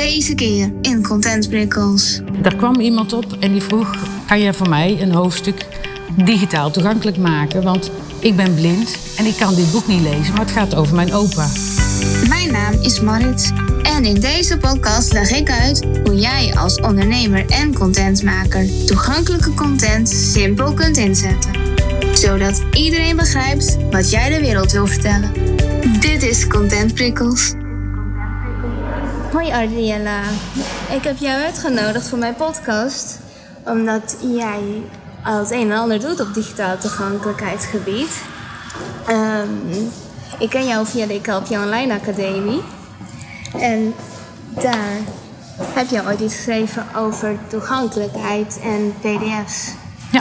Deze keer in Content Prikkels. Er kwam iemand op en die vroeg: kan jij voor mij een hoofdstuk digitaal toegankelijk maken? Want ik ben blind en ik kan dit boek niet lezen, maar het gaat over mijn opa. Mijn naam is Marit en in deze podcast leg ik uit hoe jij als ondernemer en contentmaker toegankelijke content simpel kunt inzetten. Zodat iedereen begrijpt wat jij de wereld wil vertellen. Dit is Content Prikkels. Hoi Ardiella, ik heb jou uitgenodigd voor mijn podcast omdat jij al het een en ander doet op digitaal toegankelijkheidsgebied. Ik ken jou via de Ik Help Je Online Academie en daar heb je ooit iets geschreven over toegankelijkheid en pdf's. Ja.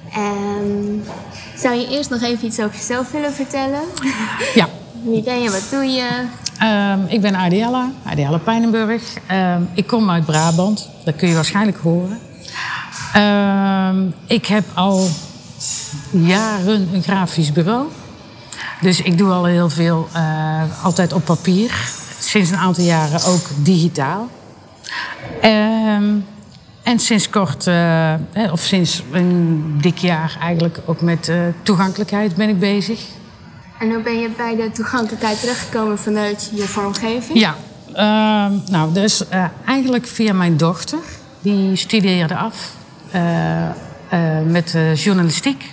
Zou je eerst nog even iets over jezelf willen vertellen? Ja. Wie ben je, wat doe je? Ik ben Ardiella Pijnenburg. Ik kom uit Brabant, dat kun je waarschijnlijk horen. Ik heb al jaren een grafisch bureau. Dus ik doe al heel veel, altijd op papier. Sinds een aantal jaren ook digitaal. En sinds kort, of sinds een dik jaar eigenlijk, ook met toegankelijkheid ben ik bezig. En hoe ben je bij de toegankelijkheid terechtgekomen vanuit je vormgeving? Ja, dus eigenlijk via mijn dochter. Die studeerde af met journalistiek.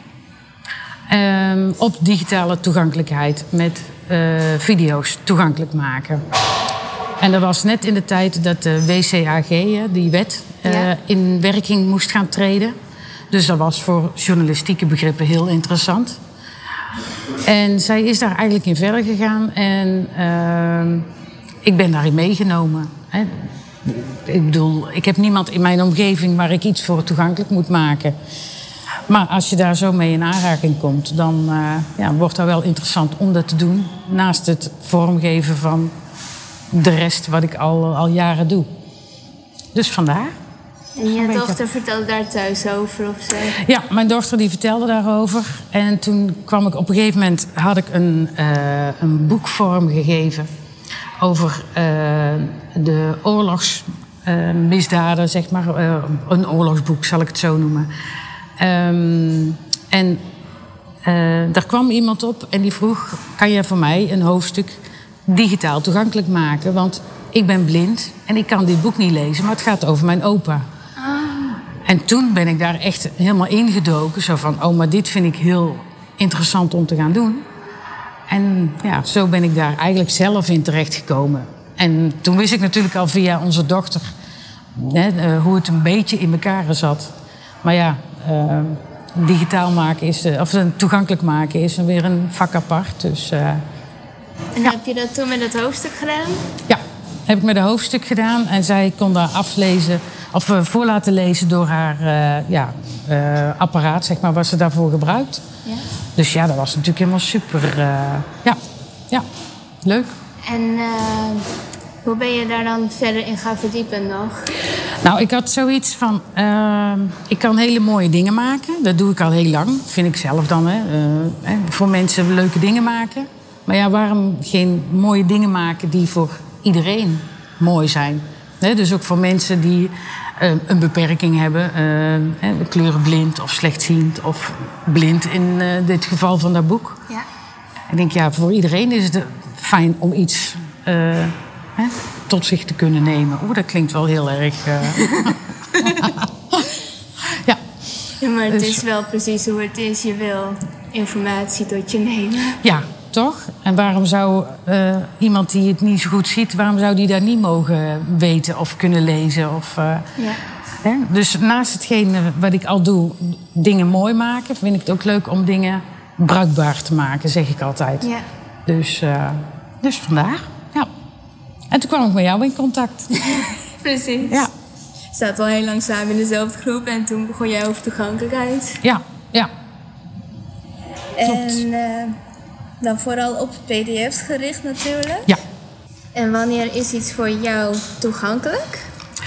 Op digitale toegankelijkheid met video's toegankelijk maken. En dat was net in de tijd dat de WCAG, die wet, in werking moest gaan treden. Dus dat was voor journalistieke begrippen heel interessant. En zij is daar eigenlijk in verder gegaan en ik ben daarin meegenomen. Hè. Ik bedoel, ik heb niemand in mijn omgeving waar ik iets voor toegankelijk moet maken. Maar als je daar zo mee in aanraking komt, dan wordt dat wel interessant om dat te doen. Naast het vormgeven van de rest wat ik al jaren doe. Dus vandaar. En je dochter vertelde daar thuis over of zo? Ja, mijn dochter die vertelde daarover. En toen kwam ik op een gegeven moment, had ik een boek vormgegeven over de oorlogsmisdaden, zeg maar. Een oorlogsboek, zal ik het zo noemen. Daar kwam iemand op en die vroeg: kan jij voor mij een hoofdstuk digitaal toegankelijk maken? Want ik ben blind en ik kan dit boek niet lezen, maar het gaat over mijn opa. En toen ben ik daar echt helemaal ingedoken. Zo van, maar dit vind ik heel interessant om te gaan doen. En ja, zo ben ik daar eigenlijk zelf in terechtgekomen. En toen wist ik natuurlijk al via onze dochter hoe het een beetje in elkaar zat. Maar ja, digitaal maken toegankelijk maken is weer een vak apart. Dus, en heb je dat toen met het hoofdstuk gedaan? Ja, heb ik met een hoofdstuk gedaan. En zij kon daar aflezen, of voor laten lezen door haar apparaat, zeg maar, wat ze daarvoor gebruikt. Ja. Dus ja, dat was natuurlijk helemaal super. Leuk. En hoe ben je daar dan verder in gaan verdiepen nog? Nou, ik had zoiets van, ik kan hele mooie dingen maken. Dat doe ik al heel lang, vind ik zelf dan. Voor mensen leuke dingen maken. Maar ja, waarom geen mooie dingen maken die voor iedereen mooi zijn? Dus ook voor mensen die een beperking hebben, kleurenblind of slechtziend of blind in dit geval van dat boek. Ja. Ik denk, voor iedereen is het fijn om iets tot zich te kunnen nemen. Dat klinkt wel heel erg. Ja, maar het is wel precies hoe het is. Je wil informatie tot je nemen. Ja, toch? En waarom zou iemand die het niet zo goed ziet, waarom zou die dat niet mogen weten of kunnen lezen? Dus naast hetgeen wat ik al doe, dingen mooi maken, vind ik het ook leuk om dingen bruikbaar te maken, zeg ik altijd. Ja. Dus vandaar. Ja. En toen kwam ik met jou in contact. Precies. Ja. Je staat al heel lang samen in dezelfde groep en toen begon jij over toegankelijkheid. Ja. Klopt. En dan vooral op pdf's gericht natuurlijk. Ja. En wanneer is iets voor jou toegankelijk?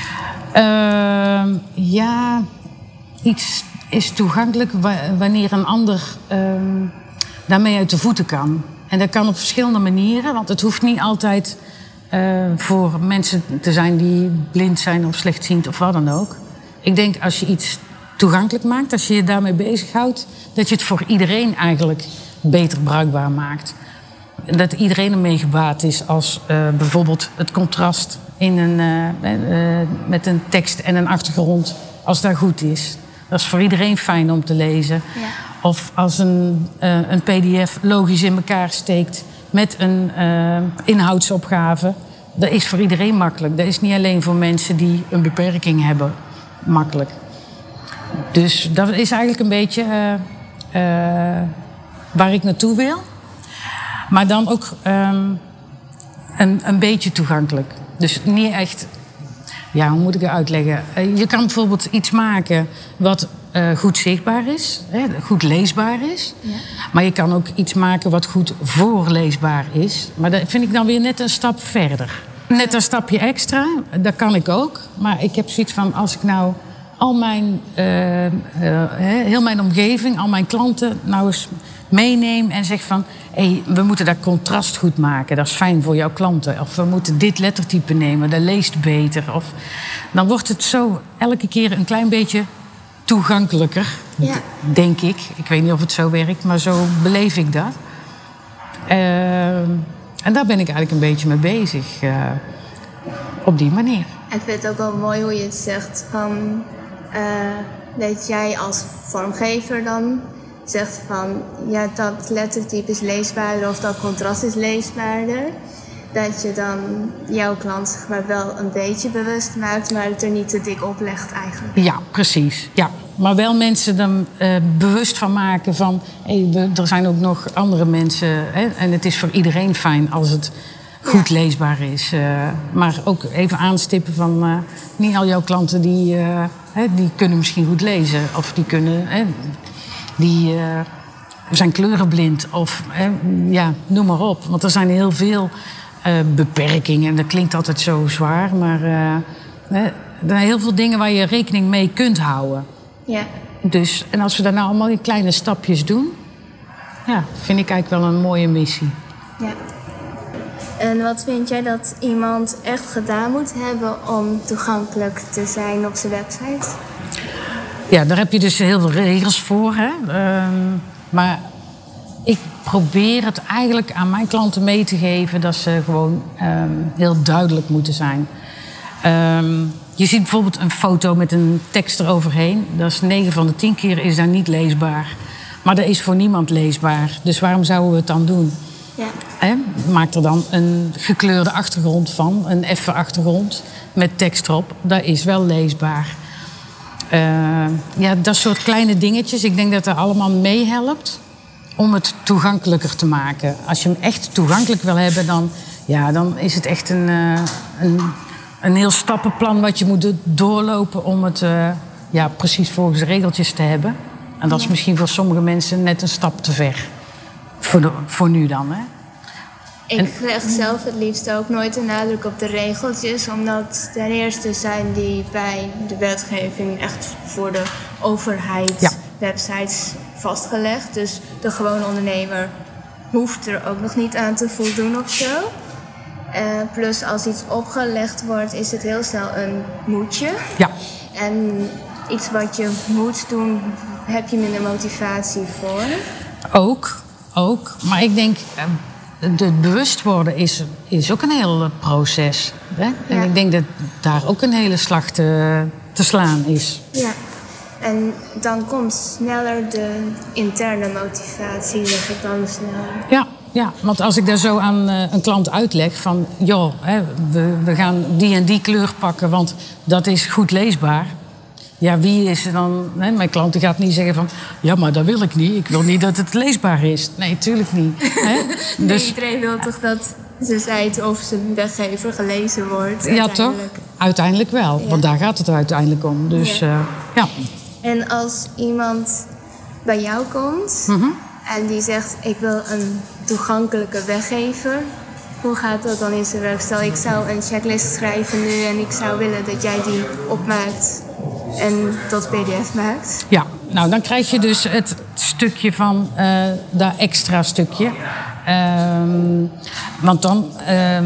Iets is toegankelijk wanneer een ander daarmee uit de voeten kan. En dat kan op verschillende manieren, want het hoeft niet altijd voor mensen te zijn die blind zijn of slechtziend of wat dan ook. Ik denk als je iets toegankelijk maakt, als je je daarmee bezighoudt, dat je het voor iedereen eigenlijk beter bruikbaar maakt. Dat iedereen ermee gebaat is als bijvoorbeeld het contrast met een tekst en een achtergrond, als dat goed is. Dat is voor iedereen fijn om te lezen. Ja. Of als een pdf logisch in elkaar steekt met een inhoudsopgave. Dat is voor iedereen makkelijk. Dat is niet alleen voor mensen die een beperking hebben makkelijk. Dus dat is eigenlijk een beetje waar ik naartoe wil. Maar dan ook een beetje toegankelijk. Dus niet echt... Ja, hoe moet ik het uitleggen? Je kan bijvoorbeeld iets maken wat goed zichtbaar is, goed leesbaar is. Ja. Maar je kan ook iets maken wat goed voorleesbaar is. Maar dat vind ik dan weer net een stap verder. Net een stapje extra, dat kan ik ook. Maar ik heb zoiets van, als ik nou al mijn, heel mijn omgeving, al mijn klanten nou eens meeneem en zeg van, hey, we moeten dat contrast goed maken, dat is fijn voor jouw klanten. Of we moeten dit lettertype nemen, dat leest beter. Of, dan wordt het zo elke keer een klein beetje toegankelijker, denk ik. Ik weet niet of het zo werkt, maar zo beleef ik dat. En daar ben ik eigenlijk een beetje mee bezig, op die manier. Ik vind het ook wel mooi hoe je het zegt, van, dat jij als vormgever dan zegt van, ja, dat lettertype is leesbaarder of dat contrast is leesbaarder. Dat je dan jouw klant zeg maar wel een beetje bewust maakt, maar het er niet te dik op legt eigenlijk. Ja, precies. Ja. Maar wel mensen dan bewust van maken van, hey, er zijn ook nog andere mensen. Hè, en het is voor iedereen fijn als het goed leesbaar is. Maar ook even aanstippen van, niet al jouw klanten die kunnen misschien goed lezen. Of die kunnen... Die zijn kleurenblind of noem maar op. Want er zijn heel veel beperkingen. Dat klinkt altijd zo zwaar, maar er zijn heel veel dingen waar je rekening mee kunt houden. Ja. Dus, en als we daar nou allemaal in kleine stapjes doen, ja, vind ik eigenlijk wel een mooie missie. Ja. En wat vind jij dat iemand echt gedaan moet hebben om toegankelijk te zijn op zijn website? Ja, daar heb je dus heel veel regels voor. Hè? Maar ik probeer het eigenlijk aan mijn klanten mee te geven dat ze gewoon heel duidelijk moeten zijn. Je ziet bijvoorbeeld een foto met een tekst eroverheen. Dat is 9 van de 10 keer is dat niet leesbaar. Maar dat is voor niemand leesbaar. Dus waarom zouden we het dan doen? Ja. Maak er dan een gekleurde achtergrond van. Een effen achtergrond met tekst erop. Dat is wel leesbaar. Dat soort kleine dingetjes. Ik denk dat dat allemaal meehelpt om het toegankelijker te maken. Als je hem echt toegankelijk wil hebben, dan is het echt een heel stappenplan wat je moet doorlopen om het precies volgens de regeltjes te hebben. En dat is misschien voor sommige mensen net een stap te ver. Voor nu dan, hè. Ik leg zelf het liefst ook nooit de nadruk op de regeltjes, omdat ten eerste zijn die bij de wetgeving echt voor de overheid websites vastgelegd. Dus de gewone ondernemer hoeft er ook nog niet aan te voldoen of zo. Plus als iets opgelegd wordt, is het heel snel een moetje. Ja. En iets wat je moet doen, heb je minder motivatie voor. Ook. Maar ik denk, het bewust worden is ook een heel proces. Hè? En ik denk dat daar ook een hele slag te slaan is. Ja. En dan komt sneller de interne motivatie, zeg ik dan sneller. Ja, want als ik daar zo aan een klant uitleg van, joh, we gaan die en die kleur pakken, want dat is goed leesbaar. Ja, wie is er dan? Mijn klant die gaat niet zeggen van, ja, maar dat wil ik niet. Ik wil niet dat het leesbaar is. Nee, tuurlijk niet. Dus iedereen wil toch dat zijn site of zijn weggever gelezen wordt? Ja, toch? Uiteindelijk wel, want daar gaat het uiteindelijk om. Dus ja. En als iemand bij jou komt en die zegt, ik wil een toegankelijke weggever, hoe gaat dat dan in zijn werk? Stel, ik zou een checklist schrijven nu en ik zou willen dat jij die opmaakt en tot pdf maakt. Ja, nou dan krijg je dus het stukje van dat extra stukje. Want dan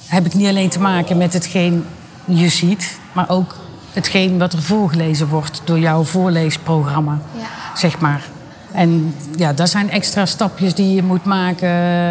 heb ik niet alleen te maken met hetgeen je ziet, maar ook hetgeen wat er voorgelezen wordt door jouw voorleesprogramma, zeg maar. En ja, dat zijn extra stapjes die je moet maken,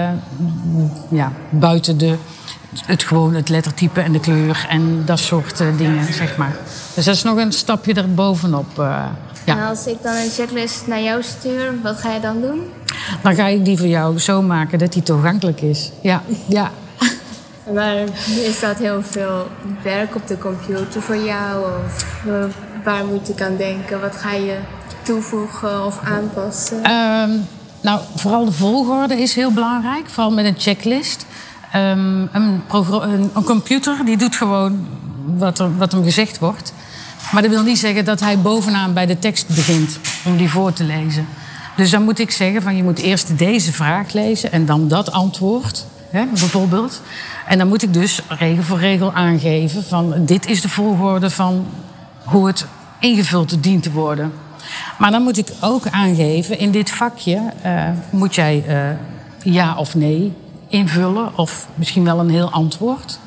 buiten het lettertype en de kleur en dat soort dingen, zeg maar. Dus dat is nog een stapje erbovenop. En als ik dan een checklist naar jou stuur, wat ga je dan doen? Dan ga ik die voor jou zo maken dat die toegankelijk is. Ja. Maar is dat heel veel werk op de computer voor jou? Of waar moet ik aan denken? Wat ga je toevoegen of aanpassen? Nou, vooral de volgorde is heel belangrijk. Vooral met een checklist. Een computer die doet gewoon wat hem gezegd wordt. Maar dat wil niet zeggen dat hij bovenaan bij de tekst begint om die voor te lezen. Dus dan moet ik zeggen van je moet eerst deze vraag lezen en dan dat antwoord, bijvoorbeeld. En dan moet ik dus regel voor regel aangeven van dit is de volgorde van hoe het ingevuld dient te worden. Maar dan moet ik ook aangeven, in dit vakje moet jij ja of nee invullen. Of misschien wel een heel antwoord.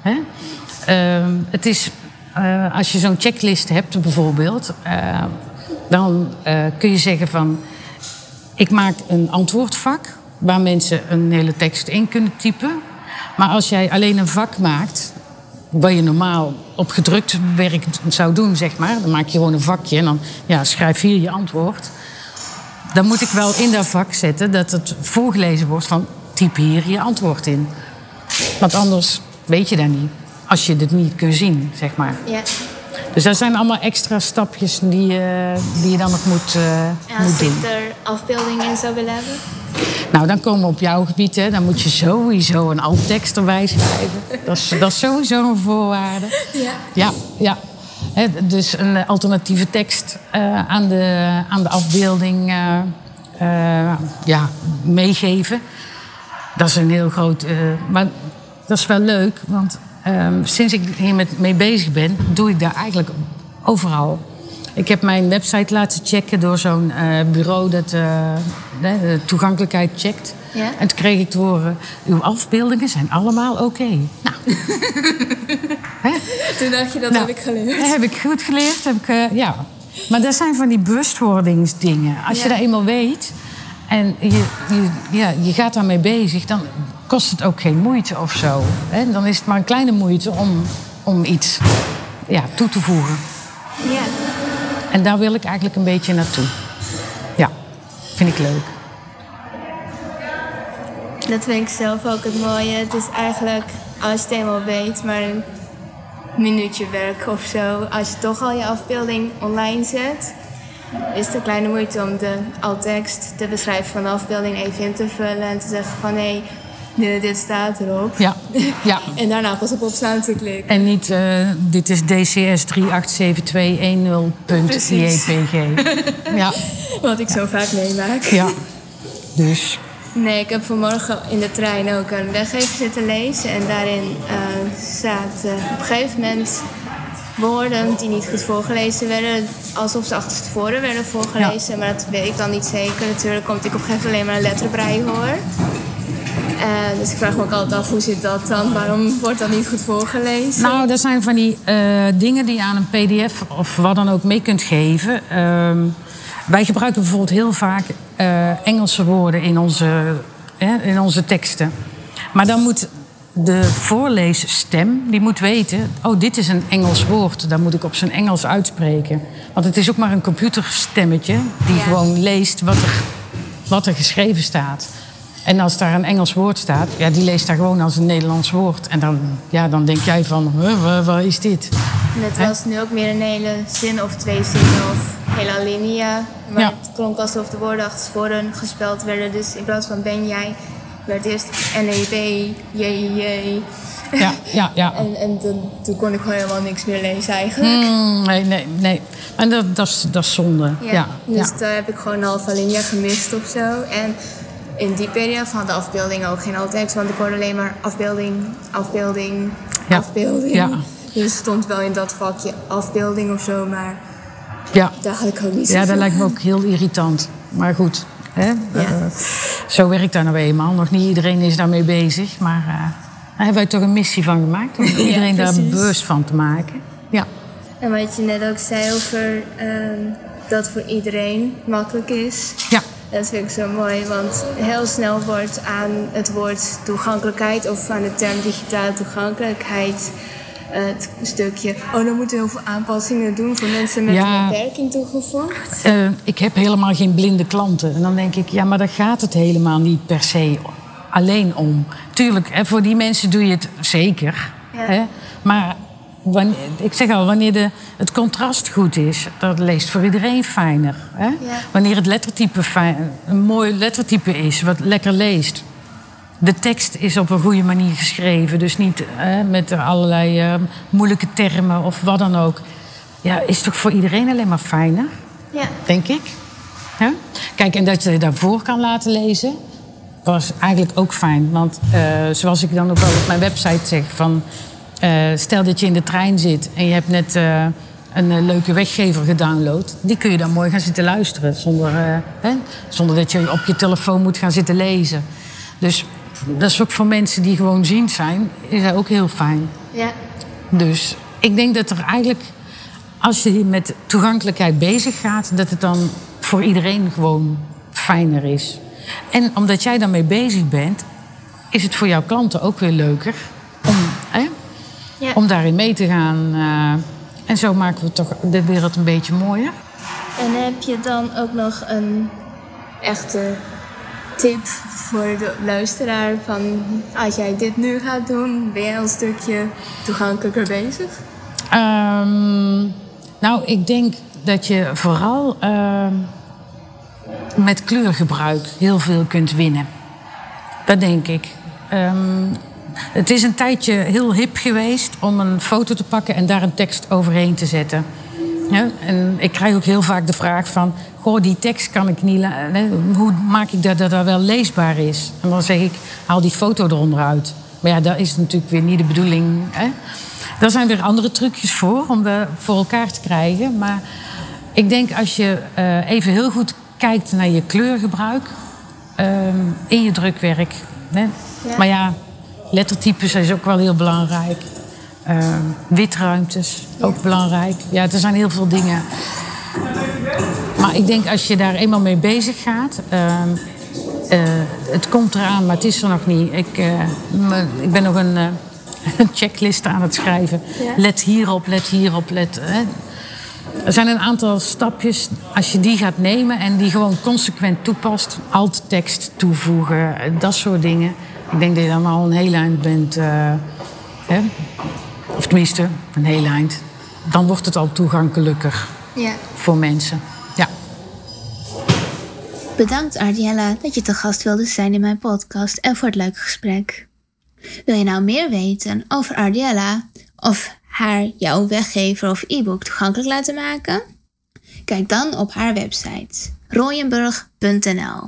Het is, als je zo'n checklist hebt bijvoorbeeld, dan kun je zeggen van ik maak een antwoordvak waar mensen een hele tekst in kunnen typen. Maar als jij alleen een vak maakt, wat je normaal op gedrukt werk zou doen, zeg maar. Dan maak je gewoon een vakje en dan schrijf hier je antwoord. Dan moet ik wel in dat vak zetten dat het voorgelezen wordt van typ hier je antwoord in. Want anders weet je dat niet. Als je dit niet kunt zien, zeg maar. Ja. Dus dat zijn allemaal extra stapjes die je dan nog moet doen. En als ik er afbeeldingen in zou willen hebben? Nou, dan komen we op jouw gebied. Hè. Dan moet je sowieso een alttekst erbij schrijven. Dat is sowieso een voorwaarde. Ja. Dus een alternatieve tekst aan de afbeelding meegeven. Dat is een heel groot... maar dat is wel leuk, want sinds ik hier mee bezig ben, doe ik daar eigenlijk overal. Ik heb mijn website laten checken door zo'n bureau dat de toegankelijkheid checkt. Ja? En toen kreeg ik te horen, uw afbeeldingen zijn allemaal oké. Nou. Toen dacht je, dat heb ik geleerd. Dat heb ik goed geleerd. Maar dat zijn van die bewustwordingsdingen. Als je dat eenmaal weet en je gaat daarmee bezig, dan kost het ook geen moeite of zo. Dan is het maar een kleine moeite om iets toe te voegen. Ja. En daar wil ik eigenlijk een beetje naartoe. Ja, vind ik leuk. Dat vind ik zelf ook het mooie. Het is eigenlijk, als je het eenmaal weet, maar een minuutje werk of zo. Als je toch al je afbeelding online zet, is het een kleine moeite om de alttekst, de beschrijving van de afbeelding even in te vullen en te zeggen van hé, dit staat erop. Ja. En daarna pas op opslaan te klikken. En niet, dit is DCS 387210.jpg. Ja. Wat ik zo vaak meemaak. Ja, dus. Nee, ik heb vanmorgen in de trein ook een weggever zitten lezen. En daarin zaten op een gegeven moment woorden die niet goed voorgelezen werden. Alsof ze achterstevoren werden voorgelezen. Ja. Maar dat weet ik dan niet zeker. Natuurlijk komt ik op een gegeven moment alleen maar een letterbrei hoor. Dus ik vraag me ook altijd af, hoe zit dat dan? Waarom wordt dat niet goed voorgelezen? Nou, dat zijn van die dingen die je aan een pdf of wat dan ook mee kunt geven. Wij gebruiken bijvoorbeeld heel vaak Engelse woorden in onze teksten. Maar dan moet de voorleesstem, die moet weten, oh, dit is een Engels woord. Dan moet ik op zijn Engels uitspreken. Want het is ook maar een computerstemmetje die gewoon leest wat er geschreven staat. En als daar een Engels woord staat, die leest daar gewoon als een Nederlands woord. En dan denk jij van, wat is dit? Het was nu ook meer een hele zin of twee zinnen of hele alinea. Maar het klonk alsof de woorden achterstevoren gespeld werden. Dus in plaats van ben jij, werd eerst NEB, JJ. Ja. En toen kon ik gewoon helemaal niks meer lezen eigenlijk. Nee. En dat is zonde. Ja. Dus daar heb ik gewoon een half alinea gemist of zo. En in die periode van de afbeelding ook geen alttekst, want ik hoorde alleen maar afbeelding. Ja. Dus het stond wel in dat vakje afbeelding of zo, maar daar had ik ook niet zo. Ja, dat lijkt me ook heel irritant. Maar goed, zo werkt dat nou eenmaal. Nog niet iedereen is daarmee bezig, maar Daar hebben wij toch een missie van gemaakt. Om iedereen daar bewust van te maken. Ja. En wat je net ook zei over dat voor iedereen makkelijk is. Ja. Dat vind ik zo mooi, want heel snel wordt aan het woord toegankelijkheid of aan de term digitale toegankelijkheid het stukje, dan moeten we heel veel aanpassingen doen voor mensen met een beperking toegevoegd. Ik heb helemaal geen blinde klanten. En dan denk ik, maar daar gaat het helemaal niet per se alleen om. Tuurlijk, voor die mensen doe je het zeker. Ja. Hè? Maar ik zeg al, wanneer het contrast goed is, dat leest voor iedereen fijner. Hè? Ja. Wanneer het lettertype een mooi lettertype is, wat lekker leest. De tekst is op een goede manier geschreven. Dus niet met allerlei moeilijke termen of wat dan ook. Ja, is toch voor iedereen alleen maar fijner? Ja. Denk ik. Ja? Kijk, en dat je daarvoor kan laten lezen, was eigenlijk ook fijn. Want zoals ik dan ook wel op mijn website zeg, van stel dat je in de trein zit en je hebt net een leuke weggever gedownload. Die kun je dan mooi gaan zitten luisteren. Zonder dat je op je telefoon moet gaan zitten lezen. Dus dat is ook voor mensen die gewoon ziend zijn, is dat ook heel fijn. Ja. Dus ik denk dat er eigenlijk, als je met toegankelijkheid bezig gaat, dat het dan voor iedereen gewoon fijner is. En omdat jij daarmee bezig bent, is het voor jouw klanten ook weer leuker om daarin mee te gaan. En zo maken we toch de wereld een beetje mooier. En heb je dan ook nog een echte tip voor de luisteraar van, als jij dit nu gaat doen, ben je een stukje toegankelijker bezig? Nou, ik denk dat je vooral met kleurgebruik heel veel kunt winnen. Dat denk ik. Het is een tijdje heel hip geweest om een foto te pakken en daar een tekst overheen te zetten. Ja, en ik krijg ook heel vaak de vraag van, goh, die tekst kan ik niet... hoe maak ik dat dat wel leesbaar is? En dan zeg ik, haal die foto eronder uit. Maar ja, dat is natuurlijk weer niet de bedoeling. Hè? Daar zijn weer andere trucjes voor om dat voor elkaar te krijgen. Maar ik denk als je even heel goed kijkt naar je kleurgebruik in je drukwerk. Hè? Ja. Maar ja, lettertypes is ook wel heel belangrijk. Witruimtes, ook belangrijk. Ja, er zijn heel veel dingen. Maar ik denk als je daar eenmaal mee bezig gaat... het komt eraan, maar het is er nog niet. Ik ben nog een checklist aan het schrijven. Ja. Let hierop, let hierop, let... Er zijn een aantal stapjes, als je die gaat nemen... en die gewoon consequent toepast. Alt-tekst toevoegen, dat soort dingen. Ik denk dat je dan al een heel eind bent... hè? Of tenminste, een heel eind. Dan wordt het al toegankelijker voor mensen. Ja. Bedankt Ardiella dat je te gast wilde zijn in mijn podcast en voor het leuke gesprek. Wil je nou meer weten over Ardiella of haar jouw weggever of e-book toegankelijk laten maken? Kijk dan op haar website rooijenburg.nl.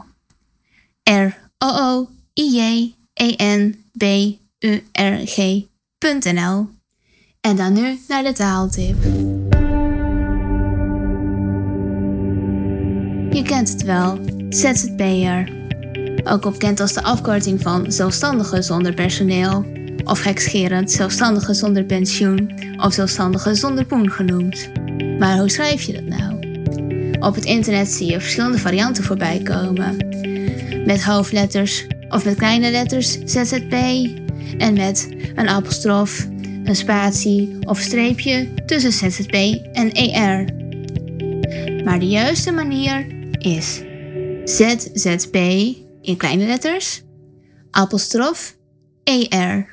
ROOIJENBURG.nl. En dan nu naar de taaltip. Je kent het wel, ZZP'er. Ook bekend als de afkorting van zelfstandige zonder personeel. Of gekscherend zelfstandige zonder pensioen. Of zelfstandige zonder poen genoemd. Maar hoe schrijf je dat nou? Op het internet zie je verschillende varianten voorbij komen. Met hoofdletters of met kleine letters ZZP. En met een apostrof, een spatie of streepje tussen ZZP en ER. Maar de juiste manier is ZZP in kleine letters, apostrof, ER.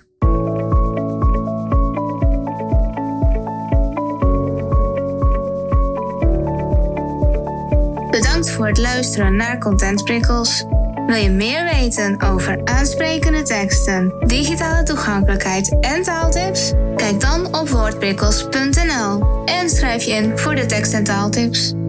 Bedankt voor het luisteren naar Content Prikkels. Wil je meer weten over aansprekende teksten, digitale toegankelijkheid en taaltips? Kijk dan op woordprikkels.nl en schrijf je in voor de tekst- en taaltips.